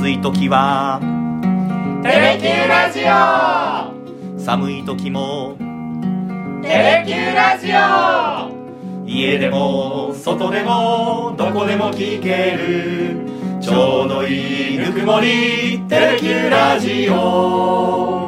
暑い時はテレキューラジオ、 寒い時もテレキューラジオ、 家でも外でもどこでも聞けるちょうどいいぬくもりテレキューラジオ。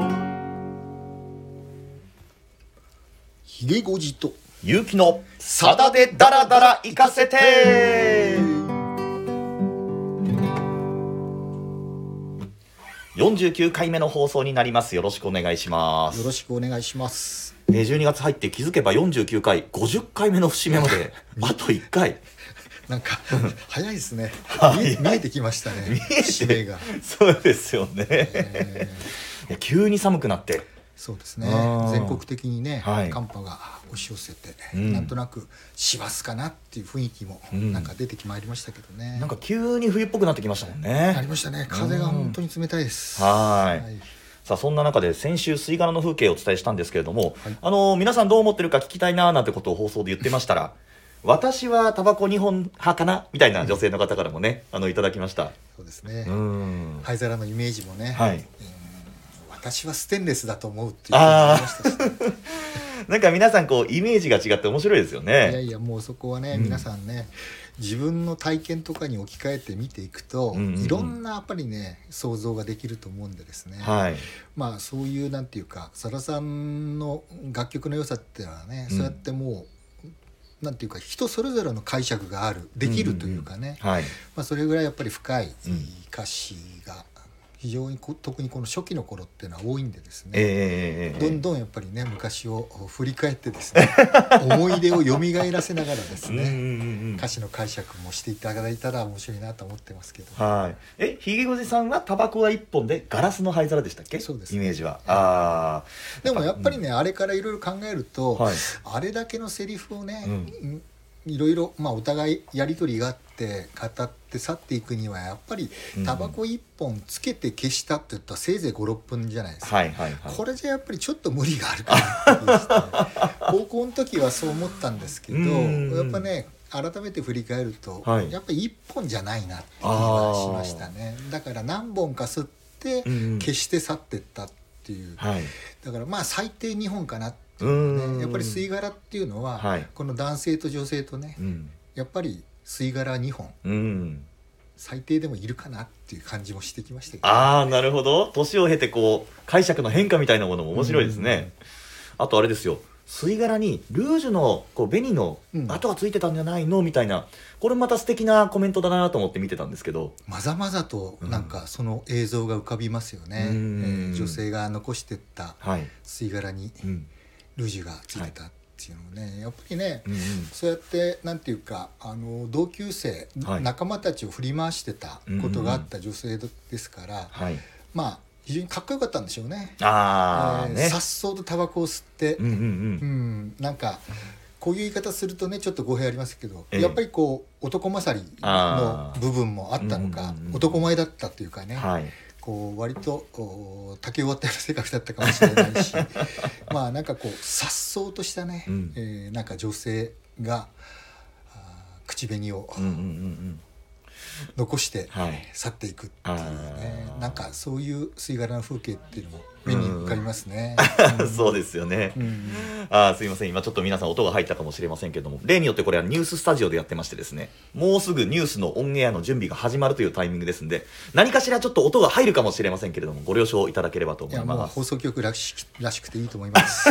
ひげごじとゆうきのさだでダラダラ行かせて。49回目の放送になります。よろしくお願いします。 よろしくお願いします。 12月入って気づけば49回50回目の節目まであと1回なんか早いですね。 早い見えてきましたね。 見えて節目が、 そうですよね、いや急に寒くなってそうですね。 あー全国的にね、 はい寒波が押し寄せて、 うんなんとなく師走かなっていう雰囲気もうんなんか出てきまいりましたけどね。 なんか急に冬っぽくなってきましたもんね。 ありましたね。風が本当に冷たいです。 はいさあそんな中で先週吸い殻の風景をお伝えしたんですけれども、 はい皆さんどう思ってるか聞きたいなーなんてことを放送で言ってましたら私はタバコ2本派かなみたいな女性の方からもねいただきました。 そうですね。 うん灰皿のイメージもね、 はい私はステンレスだと思うっていう感じがありましたし、 なんか皆さんこうイメージが違って面白いですよいやね。 いやもうそこはね、 うん皆さんね自分の体験とかに置き換えて見ていくと、 うんうんうんいろんなやっぱりね想像ができると思うんでですね、 はいまあそういうなんていうかさださんの楽曲の良さっていうのはね、そうやってもうなんていうか人それぞれの解釈があるできるというかね、 はいまあ、それぐらいやっぱり深いうん歌詞が非常に特にこの初期の頃っていうのは多いんでですね、どんどんやっぱりね昔を振り返ってですね思い出を蘇らせながらですね、 うんうんうんうん歌詞の解釈もしていただいたら面白いなと思ってますけど、 はいひげごじさんはタバコは1本でガラスの灰皿でしたっけ？ そうですイメージはあでもやっぱりね、あれからいろいろ考えると、 はいあれだけのセリフをね、 うんいろいろ、まあ、お互いやり取りがあって語って去っていくにはやっぱりタバコ1本つけて消したって言ったらせいぜい 5,6 分じゃないですか、 はいはいはいこれじゃやっぱりちょっと無理があるかなっていうですね高校の時はそう思ったんですけど、 うんやっぱね改めて振り返ると、 はいやっぱり1本じゃないなって気がしましたね。だから何本か吸ってうん消して去ってったっていう、 はいだからまあ最低2本かなっていううんね。やっぱり吸い殻っていうのは、 はいこの男性と女性とね、 うんやっぱり吸い殻2本うん最低でもいるかなっていう感じもしてきましたけど、 ああなるほど年を経てこう解釈の変化みたいなものも面白いですね。あとあれですよ吸い殻にルージュのこう紅の跡がついてたんじゃないのみたいなこれまた素敵なコメントだなと思って見てたんですけどまざまざとなんかその映像が浮かびますよね、 うん女性が残してったはい吸い殻にうんルージュがついてたっていうのをね、やっぱりね、 うんうんそうやってなんていうか同級生、 はい仲間たちを振り回してたことがあった女性ですから、 はいまあ非常にかっこよかったんでしょうね。 ああねさっそうとタバコを吸って、 うんうんなんかこういう言い方するとねちょっと語弊ありますけど、 ええやっぱりこう男勝りの部分もあったのか、 うんうんうん男前だったっていうかね、 はいこう割と竹終わったような性格だったかもしれないしまあなんかこうさっそうとしたね、 うんなんか女性が口紅をうんうんうん残してはい去っていくっていうね、 あーなんかそういう吸い殻の風景っていうのも目に浮かびますね。 うんそうですよね。すいません今ちょっと皆さん音が入ったかもしれませんけども例によってこれはニューススタジオでやってましてですねもうすぐニュースのオンエアの準備が始まるというタイミングですんで何かしらちょっと音が入るかもしれませんけれどもご了承いただければと思いやもういます。 放送局らしくていいと思います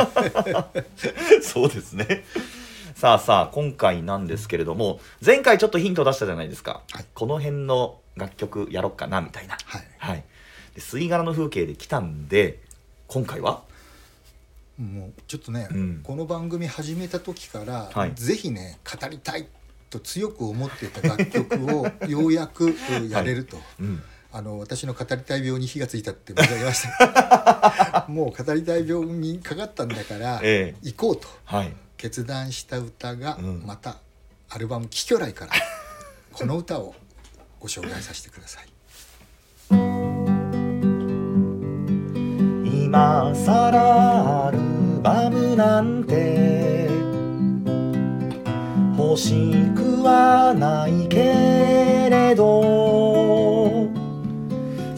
そうですね。さあ今回なんですけれども前回ちょっとヒント出したじゃないですか、 はいこの辺の楽曲やろっかなみたいなはいで吸い殻の風景で来たんで今回はもうちょっとね、 うんこの番組始めた時から、 はいぜひね語りたいと強く思っていた楽曲をようやくやれると、 うん私の語りたい病に火がついたって申し上げましたもう語りたい病にかかったんだから、 ええ行こうとはい決断した歌が、 うんまたアルバム「キキョライ」からこの歌をご紹介させてください。 今さらアルバムなんて欲しくはないけれど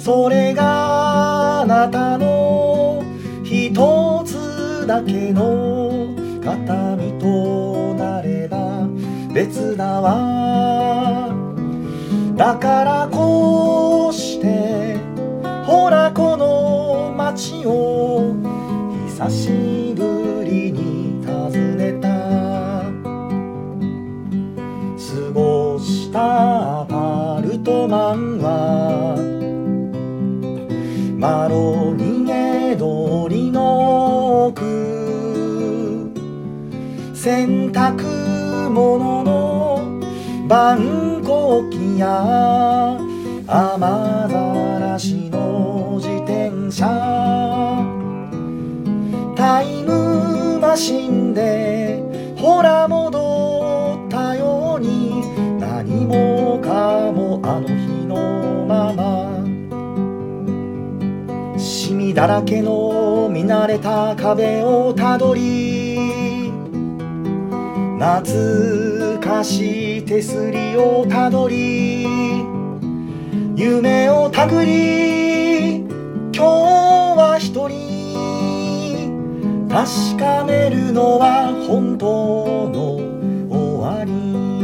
それがあなたの一つだけの形見となれば別だわ。だからこうしてほらこの街を久しぶりに訪ねた。過ごしたアパルトマンはマロニエ通りの奥、洗濯物の晩光機や雨ざらしの自転車、タイムマシンでほら戻ったように、何もかもあの日のまま、シミだらけの見慣れた壁をたどり、懐かしい手すりをたどり、夢をたぐり、今日は一人、確かめるのは本当の終わり。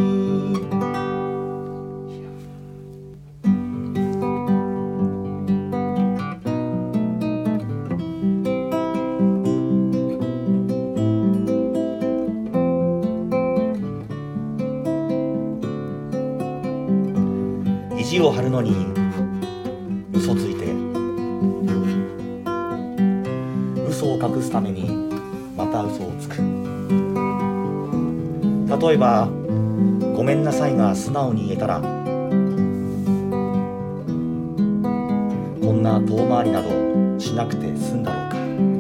意地を張るのに嘘ついて、嘘を隠すためにまた嘘をつく。例えばごめんなさいが素直に言えたら、こんな遠回りなどしなくて済んだろうか。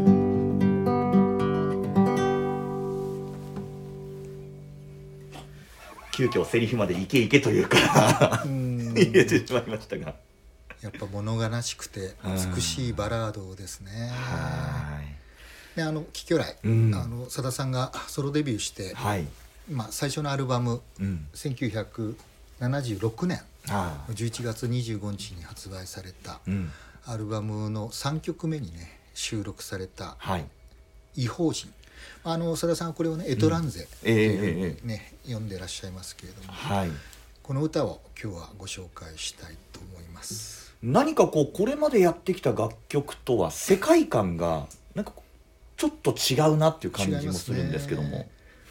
急遽セリフまでいけいけというか入れてしまいましたが、 やっぱ物悲しくて美しいバラードですね。でキキョライ、さださんがソロデビューして、最初のアルバム、1976年11月25日に発売されたアルバムの3曲目にね収録された「異邦人」。さださんはこれをねエトランゼというふうにね読んでらっしゃいますけれども、この歌を今日はご紹介したいと思います。 何かこれまでやってきた楽曲とは世界観がなんかちょっと違うなっていう感じもするんですけども、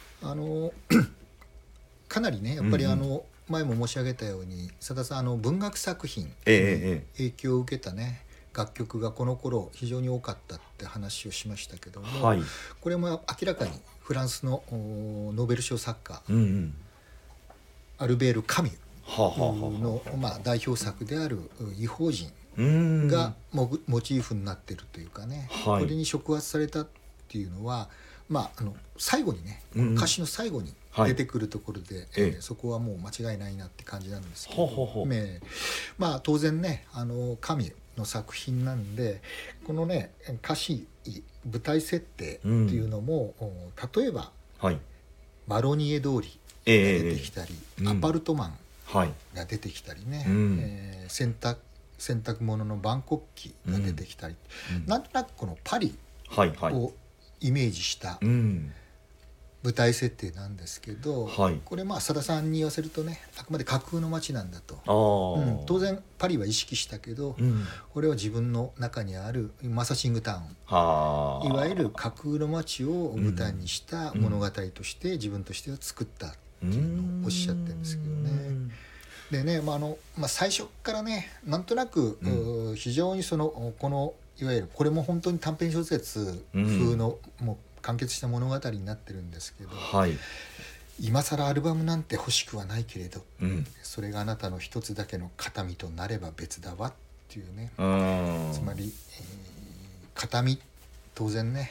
かなりねやっぱり前も申し上げたようにさださん文学作品に影響を受けたね楽曲がこの頃非常に多かったって話をしましたけども、これも明らかにフランスのノーベル賞作家、アルベール・カミュの代表作である「異邦人」がモチーフになっているというかね、これに触発されたっていうのは最後にね歌詞の最後に出てくるところで、そこはもう間違いないなって感じなんですけど、当然ねカミュの作品なんで、このね歌詞舞台設定っていうのも、例えば、マロニエ通りが出てきたり、アパルトマンが出てきたりね、洗濯物の万国旗が出てきたり、なんとなくこのパリをイメージした舞台設定なんですけど、これさださんに言わせるとねあくまで架空の街なんだと、当然パリは意識したけど、これは自分の中にあるマサシングタウン、いわゆる架空の街を舞台にした物語として自分としては作ったっていうのをおっしゃってるんですけどね。でね、最初からねなんとなく、非常にこのいわゆるこれも本当に短編小説風の、もう完結した物語になってるんですけど、今更アルバムなんて欲しくはないけれど、それがあなたの一つだけの形見となれば別だわっていうね、つまり、形見当然ね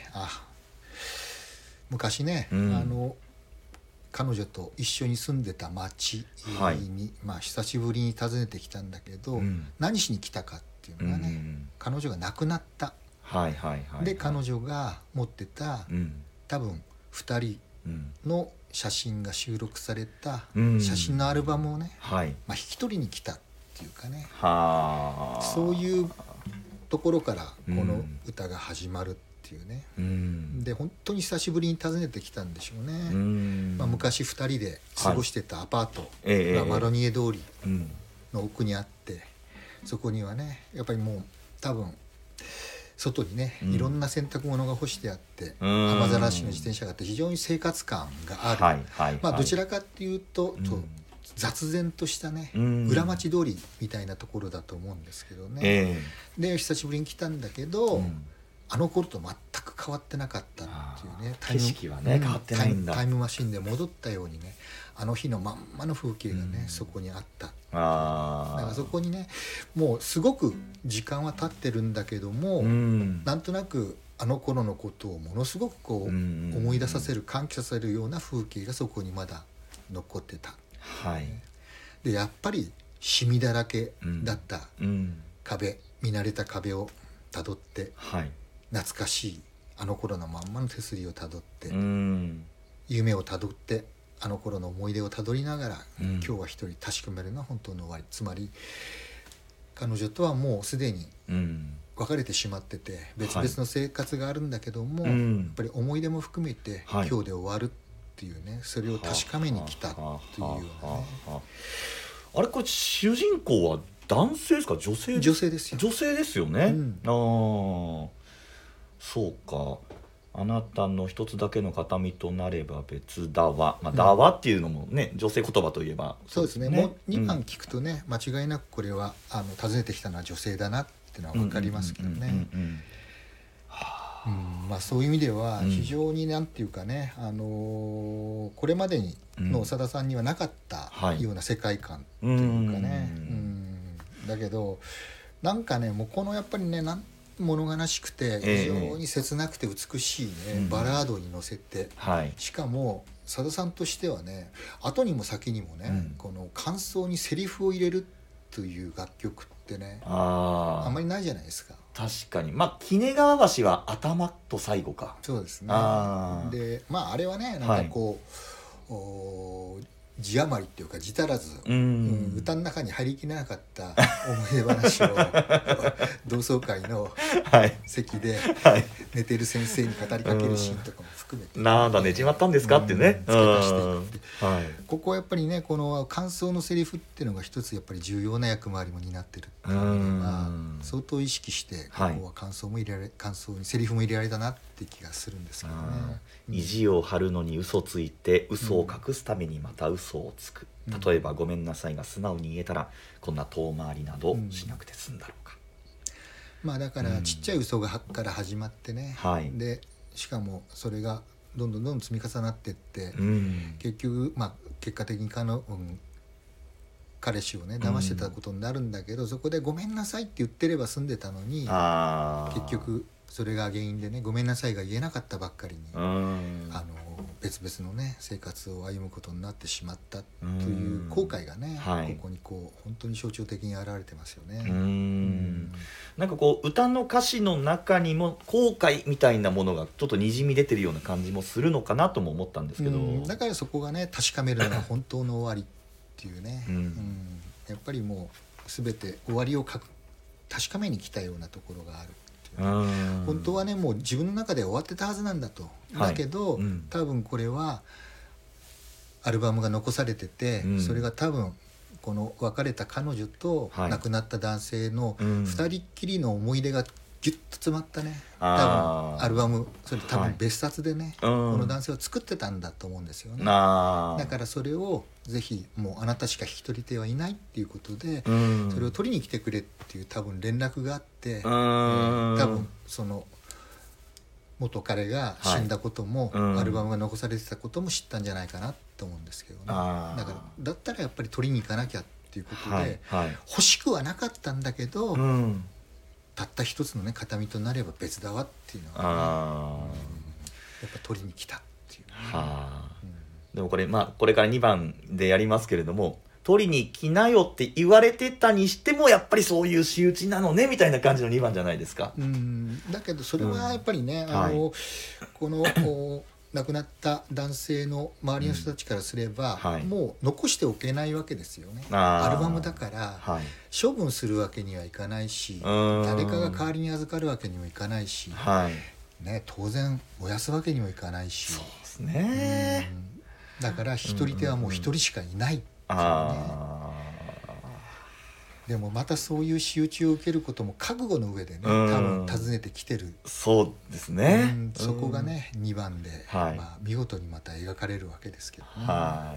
昔ね、彼女と一緒に住んでた町に、久しぶりに訪ねてきたんだけど、何しに来たかっていうのがね、彼女が亡くなった、で彼女が持ってた、多分2人の写真が収録された写真のアルバムをね、引き取りに来たっっていうかね、 はそういうところからこの歌が始まるっていうね、で本当に久しぶりに訪ねてきたんでしょうね。昔2人で過ごしてたアパートがマロニエ通りの奥にあって、そこにはねやっぱりもう多分外にねいろんな洗濯物が干してあって、雨ざらしの自転車があって非常に生活感がある、どちらかっていうと、雑然としたね、裏町通りみたいなところだと思うんですけどね、で久しぶりに来たんだけど、あの頃と全く変わってなかったっていうね、 景色はね変わってないんだ。 タイムマシンで戻ったようにね、あの日のまんまの風景がね、そこにあった。だからそこにねもうすごく時間は経ってるんだけども、なんとなくあの頃のことをものすごくこう思い出させる、喚起させるような風景がそこにまだ残ってた。でやっぱりシミだらけだった壁、見慣れた壁をたどって、懐かしいあの頃のまんまの手すりをたどって、夢をたどって、あの頃の思い出をたどりながら、今日は一人確かめるのは本当の終わり。つまり彼女とはもうすでに別れてしまってて、別々の生活があるんだけども、やっぱり思い出も含めて今日で終わるっていうね、それを確かめに来たっていうようなね。 あれこれ主人公は男性ですか女性？ 女性ですよ。 女性ですよね。そうか。あなたの一つだけの形見となれば別だわ、だわっていうのもね、女性言葉といえばそうですね。もう2番聞くとね、間違いなくこれは訪ねてきたのは女性だなっていうのは分かりますけどね。そういう意味では非常になんていうかね、これまでにの長田さんにはなかったような世界観っていうかね、だけどなんかね、もうこのやっぱりね、物悲しくて非常に切なくて美しいね、バラードに乗せて、しかも佐田さんとしてはね、後にも先にもね、この間奏にセリフを入れるという楽曲ってね、あんまりないじゃないですか。 確かに。鬼怒川橋は頭と最後か。 そうですね。であれはね、なんかこう、字余りっていうか字足らず、歌の中に入りきれなかった思い出話を同窓会の席で寝てる先生に語りかけるシーンとかも含めて、 なんだ寝ちまったんですかってね、 付け足していって、ここはやっぱりね、この感想のセリフっていうのが一つやっぱり重要な役回りも担ってるっていうのが相当意識して、ここは感想にセリフも入れられたなって気がするんですけどね。 意地を張るのに嘘ついて、嘘を隠すためにまた嘘をつく、例えばごめんなさいが素直に言えたら、こんな遠回りなどしなくて済んだろうか。 だからちっちゃい嘘から始まってね、でしかもそれがどんどん積み重なっていって、結局結果的に彼氏をね騙してたことになるんだけど、そこでごめんなさいって言ってれば済んでたのに、結局それが原因でね、ごめんなさいが言えなかったばっかりに、別々のね生活を歩むことになってしまったという後悔がね、ここに本当に象徴的に現れてますよね。 なんか歌の歌詞の中にも後悔みたいなものがちょっとにじみ出てるような感じもするのかなとも思ったんですけど、 だからそこがね、確かめるのが本当の終わりっていうね、やっぱりもう全て終わりを確かめに来たようなところがある。本当はね、もう自分の中で終わってたはずなんだと。だけど、多分これはアルバムが残されてて、それが多分この別れた彼女と亡くなった男性の二人っきりの思い出がギュッと詰まったね、多分アルバム、それ多分別冊でね、この男性は作ってたんだと思うんですよね。だからそれをぜひもうあなたしか引き取り手はいないっていうことで、それを取りに来てくれっていう多分連絡があって、多分その元彼が死んだことも、アルバムが残されてたことも知ったんじゃないかなと思うんですけどね。だったらやっぱり取りに行かなきゃっていうことで、欲しくはなかったんだけど、たった一つのね形見となれば別だわっていうのは、やっぱ取りに来たっていう、 でもこれこれから2番でやりますけれども、取りに来なよって言われてたにしてもやっぱりそういう仕打ちなのねみたいな感じの2番じゃないですか。 だけどそれはやっぱりね、この亡くなった男性の周りの人たちからすれば、 はい、 もう残しておけないわけですよね。 アルバムだから、 はい、 処分するわけにはいかないし、誰かが代わりに預かるわけにもいかないし、 はいね、当然燃やすわけにもいかないし、 そうですね、 だから一人手はもう一人しかいないっていうね。でもまたそういう仕打ちを受けることも覚悟の上でね、多分訪ねてきてる。 そうですね、 そこがね2番で、 はい、 まあ、見事にまた描かれるわけですけどね。 はい、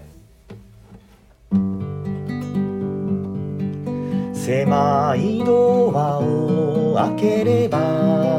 狭いドアを開ければ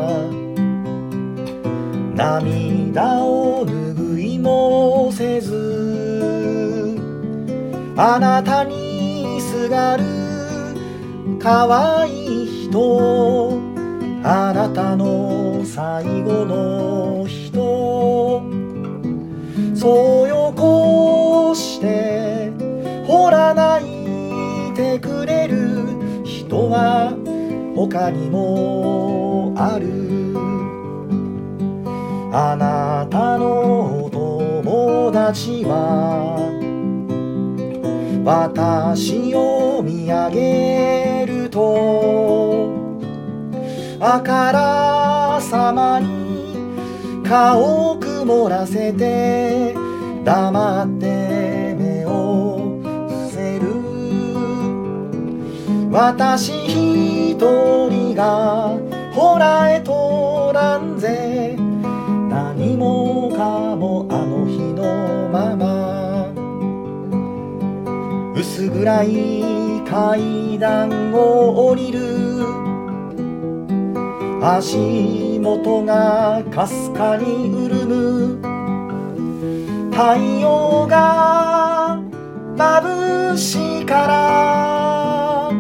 涙を拭いもせずあなたにすがる可愛い人あなたの最後の人そうよこしてほら泣いてくれる人は他にもあるあなたのお友達は私を見上げるとあからさまに顔を曇らせて黙って目を伏せる私一人がほらへとなんぜ何もかもあの日のまま薄暗い階段を降りる足元がかすかに潤む太陽が眩しいから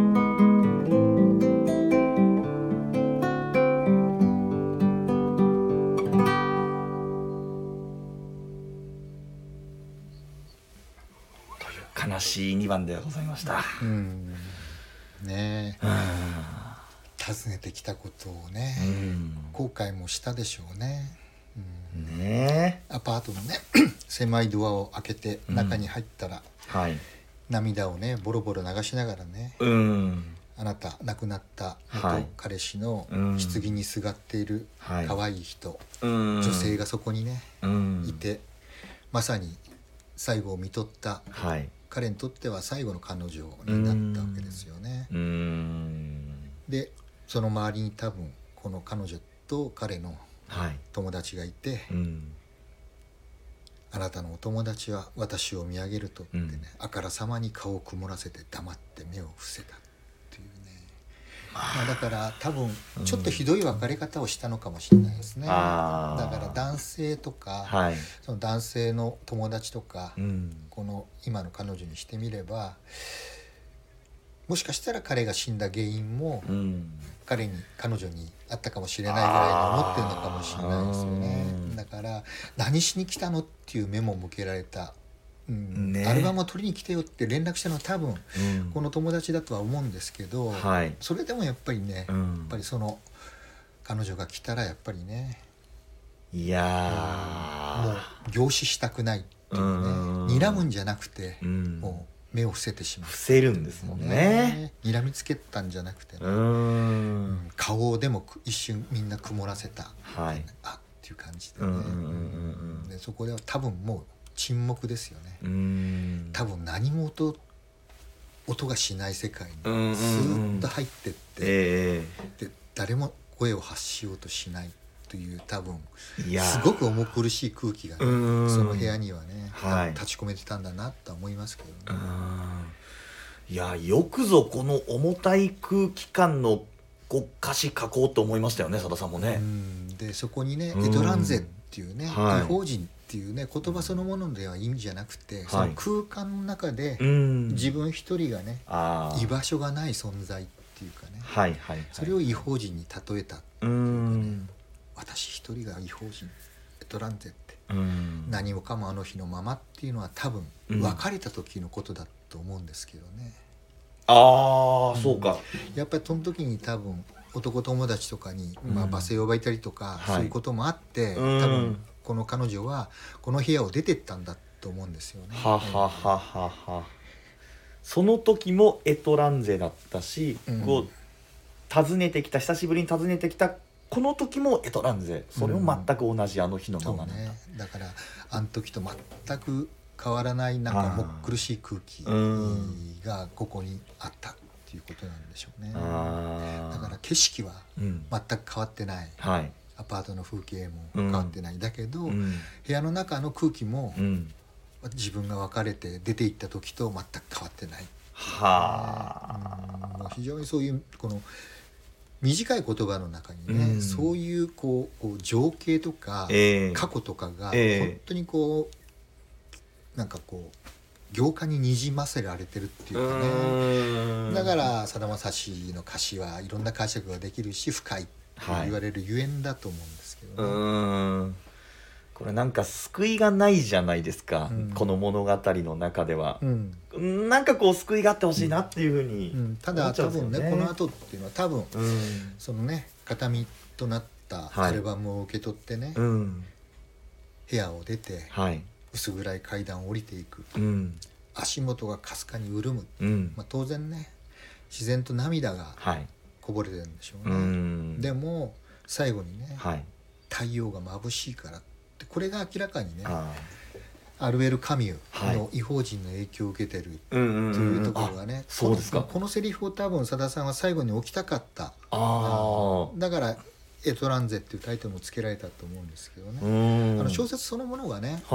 という悲しい2番でございました。 ねえ訪ねてきたことをね、後悔もしたでしょうね。 ねアパートのね狭いドアを開けて中に入ったら、 はい、 涙をねボロボロ流しながらね、あなた亡くなった元彼氏の棺にすがっている可愛い人、女性がそこにね、いてまさに最後を見とった、彼にとっては最後の彼女になったわけですよね。でその周りに多分この彼女と彼の友達がいて、あなたのお友達は私を見上げるとってね、あからさまに顔を曇らせて黙って目を伏せたっていうね、だから多分ちょっとひどい別れ方をしたのかもしれないですね。だから男性とか、その男性の友達とか、この今の彼女にしてみればもしかしたら彼が死んだ原因も、彼女にあったかもしれないぐらいに思ってるのかもしれないですよね。だから何しに来たのっていう目も向けられた、アルバムを取りに来てよって連絡したのは多分、この友達だとは思うんですけど、それでもやっぱりね、やっぱりその彼女が来たらやっぱりね、 いやもう凝視したくないっていうね、睨むんじゃなくて、もう目を伏せてしまう。 伏せるんですもんね。 睨みつけたんじゃなくてね、顔をでも一瞬みんな曇らせた、あっていう感じでね、でそこでは多分もう沈黙ですよね。多分何も音がしない世界にスーッと入ってって、で誰も声を発しようとしないという多分すごく重苦しい空気が、ね、その部屋にはね、立ち込めてたんだなとは思いますけどね。 いやよくぞこの重たい空気感の歌詞書こうと思いましたよね、佐田さんもね。 でそこにね、エドランゼっていうね、異邦人っていうね言葉そのものでは意味じゃなくて、その空間の中で自分一人がね、居場所がない存在っていうかね、それを異邦人に例えたっていうかね、私一人が異邦人エトランゼって、何もかもあの日のままっていうのは多分別れた時のことだと思うんですけどね。 そうか。 やっぱりその時に多分男友達とかに罵声を吐いたりとか、そういうこともあって、多分この彼女はこの部屋を出てったんだと思うんですよね。 ははははは。その時もエトランゼだったし、こう訪ねてきた、久しぶりに訪ねてきたこの時もエトランゼ、それも全く同じあの日のままなんだ、 だからあの時と全く変わらないなんかもっ苦しい空気がここにあったっていうことなんでしょうね。だから景色は全く変わってない、アパートの風景も変わってない、だけど、部屋の中の空気も、自分が別れて出て行った時と全く変わってない、もう非常にそういうこの短い言葉の中にね、そういうこう情景とか、過去とかが本当にこうなんかこう行間ににじませられてるっていうかね。だからさだまさしの歌詞はいろんな解釈ができるし深いって言われるゆえんだと思うんですけどね。 これなんか救いがないじゃないですか、この物語の中では、なんかこう救いがあってほしいなっていうふうに、 ただ多分ねこの後っていうのは多分、そのね形見となったアルバムを受け取ってね、部屋を出て、薄暗い階段を降りていく、足元がかすかに潤む、当然ね自然と涙がこぼれてるんでしょうね。でも最後にね、太陽が眩しいからって、これが明らかにねアルベル・カミュの異邦人の影響を受けてるというところがね、 そうですか。 このセリフを多分さださんは最後に置きたかった、だからエトランゼっていうタイトルもつけられたと思うんですけどね。小説そのものがね、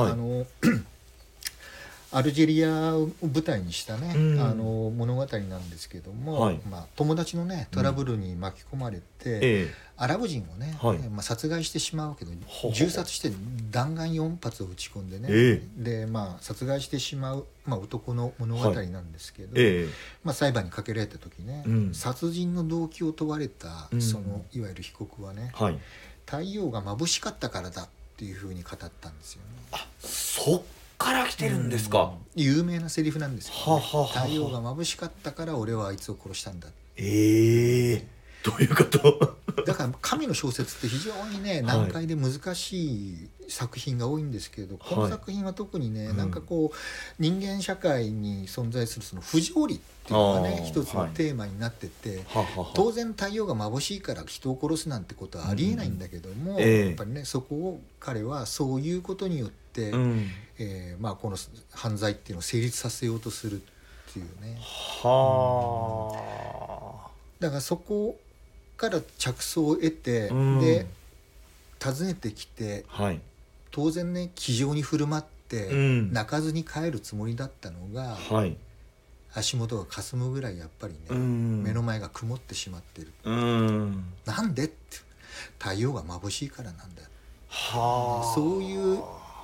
アルジェリアを舞台にしたね、物語なんですけども、友達のねトラブルに巻き込まれて、アラブ人をね、殺害してしまうけど、銃殺して弾丸4発を撃ち込んでね、で殺害してしまう、男の物語なんですけど、裁判にかけられた時ね、殺人の動機を問われたそのいわゆる被告はね、太陽が眩しかったからだっていうふうに語ったんですよね。 そっから来てるんですか。 有名なセリフなんですよ、太陽が眩しかったから俺はあいつを殺したんだ。 どういうことだから神の小説って非常にね難解で難しい作品が多いんですけど、この作品は特にね、なんかこう人間社会に存在するその不条理っていうのがね一つのテーマになってて、当然太陽が眩しいから人を殺すなんてことはありえないんだけども、やっぱりねそこを彼はそういうことによって、この犯罪っていうのを成立させようとするっていうね。だからそこから着想を得て、で訪ねてきて、当然ね気丈に振る舞って、泣かずに帰るつもりだったのが、足元がかすむぐらいやっぱりね、目の前が曇ってしまってる。なんでって、太陽が眩しいからなんだ。そういう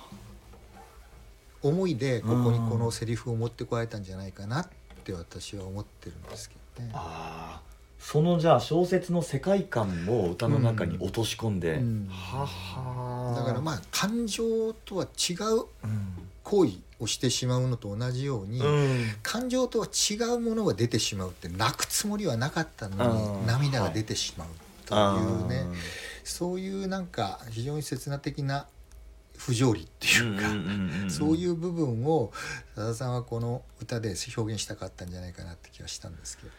思いでここにこのセリフを持ってこられたんじゃないかなって私は思ってるんですけどね。 そのじゃあ小説の世界観も歌の中に落とし込んで、 だから感情とは違う行為をしてしまうのと同じように、感情とは違うものが出てしまうって、泣くつもりはなかったのに涙が出てしまうというね、そういうなんか非常に刹那的な不条理っていうか、そういう部分をさださんはこの歌で表現したかったんじゃないかなって気はしたんですけどね。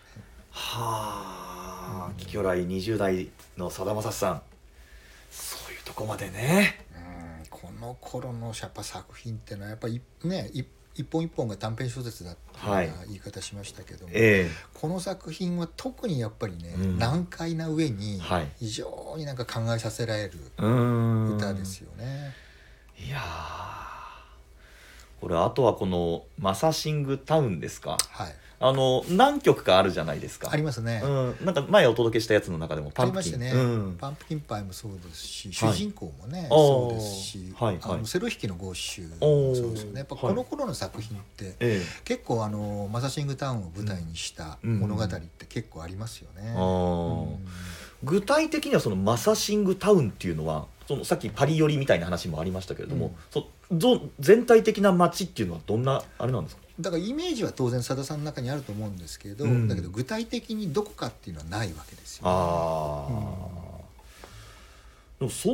貴巨来20代のさだまさしさん、そういうとこまでね。 この頃のやっぱ作品ってのはやっぱりね一本一本が短編小説だっていうような言い方しましたけども、この作品は特にやっぱりね、難解な上に非常になんか考えさせられる歌ですよね。 いやこれあとはこのマサシングタウンですか。何曲かあるじゃないですか。 ありますね。 なんか前お届けしたやつの中でもパンプキン、パンプキンパイもそうですし、主人公もねそうですし、セロ弾きのゴーシュもそうですよね。やっぱこの頃の作品って結構マサシングタウンを舞台にした物語って結構ありますよね。 具体的にはそのマサシングタウンっていうのはそのさっきパリ寄りみたいな話もありましたけれども、全体的な街っていうのはどんなあれなんですか。 だからイメージは当然さださんの中にあると思うんですけど、だけど具体的にどこかっていうのはないわけですよ、 でもその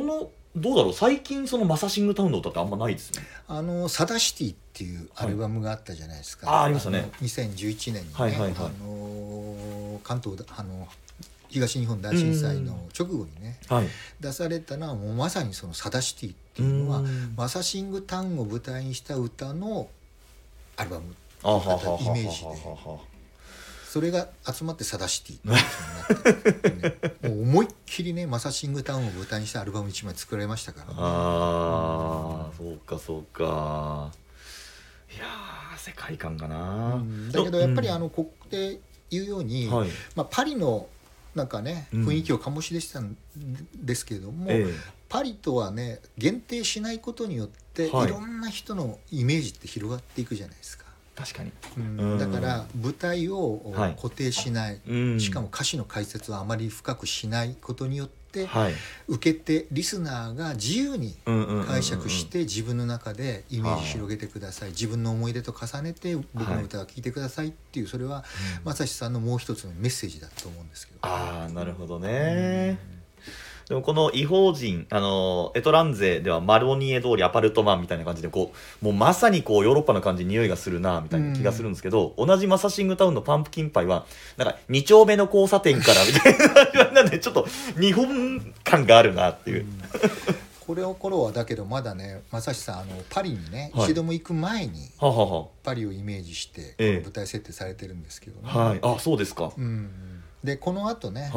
どうだろう、最近そのマサシングタウンの歌ってあんまないですね。 サダシティっていうアルバムがあったじゃないですか、 はい、ありましたね。 2011年にね、 はいはいはい、 関東東日本大震災の直後にね、 はい、 出されたのはもうまさにそのサダシティっていうのはマサシングタウンを舞台にした歌のアルバムイメージで、それが集まってサダシティっていうになって、ね、もう思いっきりねマサシングタウンを舞台にしたアルバム1枚作られましたからね。 そうかそうか。いや世界観かな、 だけどやっぱりここで言うように、はい、パリのなんかね雰囲気を醸し出したんですけれども、パリとはね限定しないことによって、はい、いろんな人のイメージって広がっていくじゃないですか。 確かに、 だから舞台を固定しない、はい、しかも歌詞の解説はあまり深くしないことによって、はい、受け手リスナーが自由に解釈して自分の中でイメージ広げてください、自分の思い出と重ねて僕の歌を聴いてくださいっていう、それは正志さんのもう一つのメッセージだと思うんですけど。 なるほどね。でもこの異邦人エトランゼではマロニエ通りアパルトマンみたいな感じでもうまさにヨーロッパの感じ匂いがするなみたいな気がするんですけど、同じマサシングタウンのパンプキンパイはなんか2丁目の交差点からみたいななんでちょっと日本感があるなっていう、 これの頃はだけどまだね正志さんパリにね、一度も行く前にパリをイメージして舞台設定されてるんですけどね、 あ、そうですか、 でこの後ね、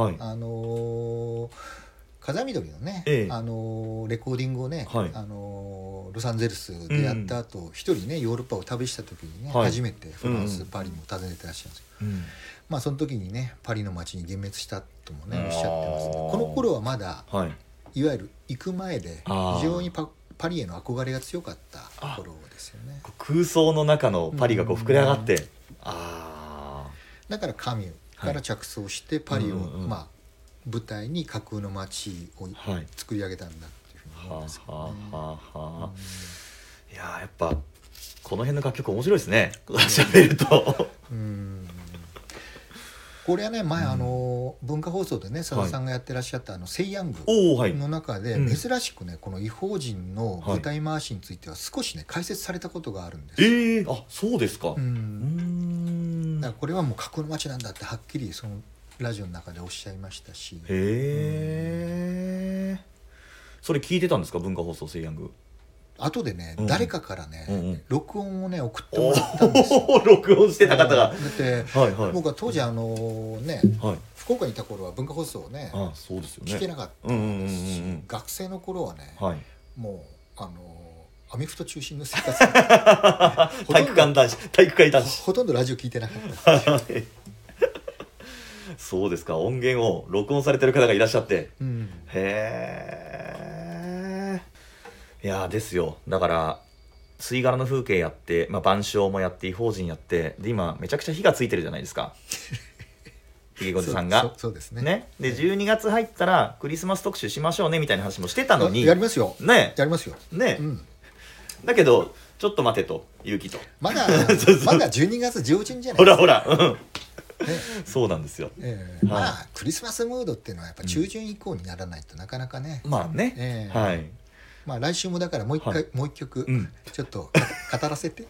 風見鶏のね、レコーディングをね、ロサンゼルスでやった後、一人ねヨーロッパを旅した時にね、初めてフランス、パリも訪ねてらっしゃるんですけど、その時にねパリの街に幻滅したともねおっしゃってますね。この頃はまだ、いわゆる行く前で非常にパリへの憧れが強かった頃ですよね。 空想の中のパリが膨れ上がって、 だからカミュから着想してパリを舞台に架空の街を作り上げたんだっていうふうに思いますけどね。 いややっぱこの辺の楽曲面白いですね、喋るとこれはね前文化放送でね佐田さんがやってらっしゃったセイヤングの中で珍しくねこの異邦人の舞台回しについては少しね解説されたことがあるんです。 あ、そうですか。 だからこれはもう架空の街なんだってはっきりそのラジオの中でおっしゃいましたし。 それ聞いてたんですか、文化放送セイヤング。 後でね、誰かからね、録音をね送ってもらったんですよ。 録音してた方が。 だって、僕は当時福岡にいた頃は文化放送をね聞けなかったですし、学生の頃はね、もうアメフト中心の生活体育会男子ほとんどラジオ聞いてなかったです。 そうですか、音源を録音されてる方がいらっしゃって、いやですよ。だから吸い殻の風景やって、晩鐘もやって異邦人やって、で今めちゃくちゃ火がついてるじゃないですかひげごじさんが。 そうですね。 で12月入ったらクリスマス特集しましょうねみたいな話もしてたのに。 やりますよね、 やりますよね、だけどちょっと待てと勇気とまだ12月上旬じゃないですか。ほらそうなんですよ。 クリスマスムードっていうのはやっぱ中旬以降にならないとなかなかね。来週もだからもう一曲ちょっと語らせて。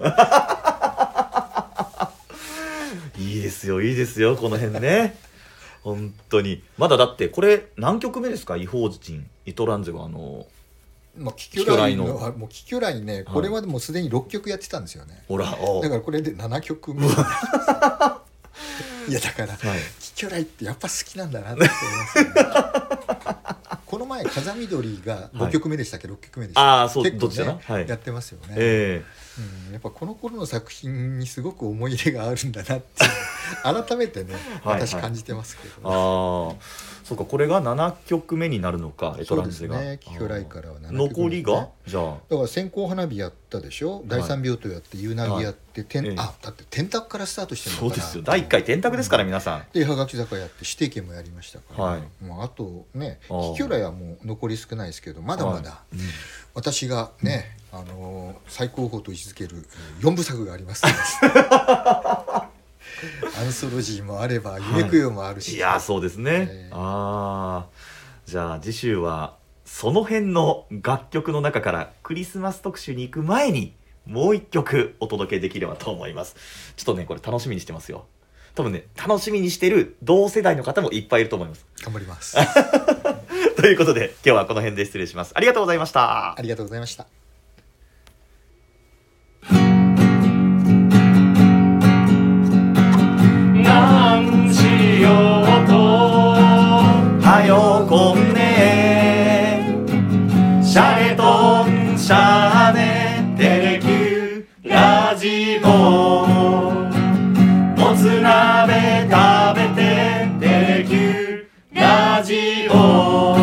いいですよいいですよこの辺ね本当に。まだだってこれ何曲目ですか、異邦人イトランゼはキキョライのもうキキョライね、これまでもすでに6曲やってたんですよね。 ほらだからこれで7曲目。いやだから、キキョライってやっぱ好きなんだなって思いますよね。この前風見鶏が5曲目でしたっけ、6曲目でしたっけ、結構ねやってますよね。やっぱこの頃の作品にすごく思い入れがあるんだなって改めてね私感じてますけどね。 そうか、これが7曲目になるのか、エトランゼが。 そうですね、キキョライからは7曲目、 残りがじゃあだから線香花火やったでしょ、第3病棟やって夕凪やって、だって天卓からスタートしてるのかな。 そうですよ、第1回天卓ですから、皆さん。 ではがき坂やって指定券もやりましたから、あとねキキョライはもう残り少ないですけど、まだまだ私がね最高峰と位置づける4部作があります。アンソロジーもあれば夢供養もあるし、 いやそうですね。じゃあ次週はその辺の楽曲の中からクリスマス特集に行く前にもう一曲お届けできればと思います。ちょっとねこれ楽しみにしてますよ。多分ね楽しみにしてる同世代の方もいっぱいいると思います。 頑張りますということで今日はこの辺で失礼します。ありがとうございました。 ありがとうございました。 なんしようとはよこんねシャレとんしゃーねテレキューラジオもつ鍋食べてテレキューラジオ